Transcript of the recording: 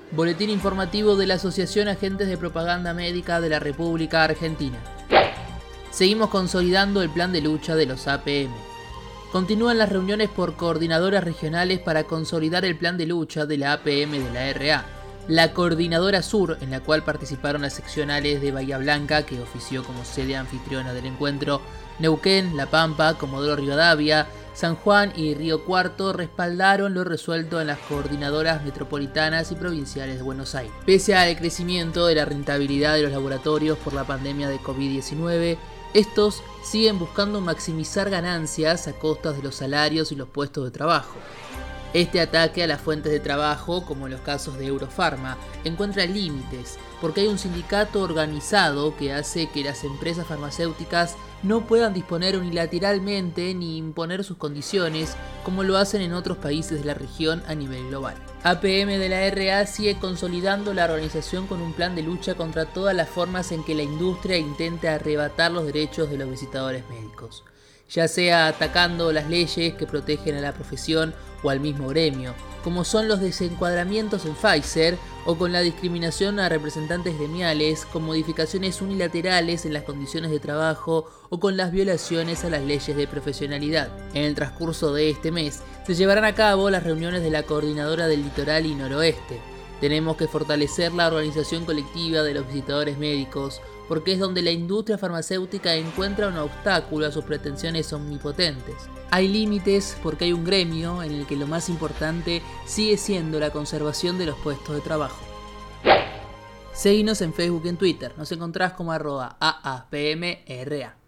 Boletín informativo de la Asociación Agentes de Propaganda Médica de la República Argentina. Seguimos consolidando el plan de lucha de los APM. Continúan las reuniones por coordinadoras regionales para consolidar el plan de lucha de la APM de la RA. La Coordinadora Sur, en la cual participaron las seccionales de Bahía Blanca, que ofició como sede anfitriona del encuentro, Neuquén, La Pampa, Comodoro Rivadavia, San Juan y Río Cuarto, respaldaron lo resuelto en las coordinadoras metropolitanas y provinciales de Buenos Aires. Pese al crecimiento de la rentabilidad de los laboratorios por la pandemia de COVID-19, estos siguen buscando maximizar ganancias a costas de los salarios y los puestos de trabajo. Este ataque a las fuentes de trabajo, como en los casos de Eurofarma, encuentra límites, porque hay un sindicato organizado que hace que las empresas farmacéuticas no puedan disponer unilateralmente ni imponer sus condiciones, como lo hacen en otros países de la región a nivel global. APM de la RA sigue consolidando la organización con un plan de lucha contra todas las formas en que la industria intenta arrebatar los derechos de los visitadores médicos, ya sea atacando las leyes que protegen a la profesión o al mismo gremio, como son los desencuadramientos en Pfizer, o con la discriminación a representantes gremiales, con modificaciones unilaterales en las condiciones de trabajo o con las violaciones a las leyes de profesionalidad. En el transcurso de este mes se llevarán a cabo las reuniones de la Coordinadora del Litoral y Noroeste. Tenemos que fortalecer la organización colectiva de los visitadores médicos, porque es donde la industria farmacéutica encuentra un obstáculo a sus pretensiones omnipotentes. Hay límites porque hay un gremio en el que lo más importante sigue siendo la conservación de los puestos de trabajo. Seguinos en Facebook y en Twitter, nos encontrás como @AAPMRA.